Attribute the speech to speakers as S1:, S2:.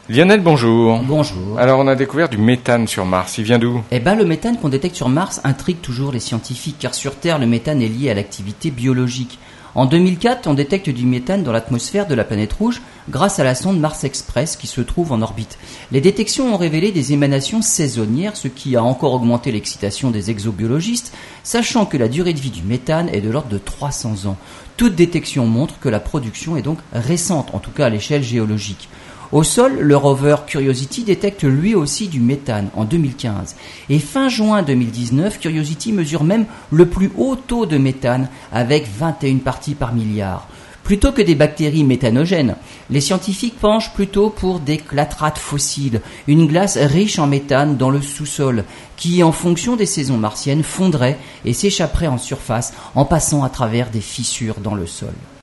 S1: Lionel, bonjour.
S2: Bonjour.
S1: Alors, on a découvert du méthane sur Mars. Il vient d'où ?
S2: Le méthane qu'on détecte sur Mars intrigue toujours les scientifiques, car sur Terre, le méthane est lié à l'activité biologique. En 2004, on détecte du méthane dans l'atmosphère de la planète rouge grâce à la sonde Mars Express qui se trouve en orbite. Les détections ont révélé des émanations saisonnières, ce qui a encore augmenté l'excitation des exobiologistes, sachant que la durée de vie du méthane est de l'ordre de 300 ans. Toute détection montre que la production est donc récente, en tout cas à l'échelle géologique. Au sol, le rover Curiosity détecte lui aussi du méthane en 2015. Et fin juin 2019, Curiosity mesure même le plus haut taux de méthane avec 21 parties par milliard. Plutôt que des bactéries méthanogènes, les scientifiques penchent plutôt pour des clatrates fossiles, une glace riche en méthane dans le sous-sol, qui en fonction des saisons martiennes fondrait et s'échapperait en surface en passant à travers des fissures dans le sol.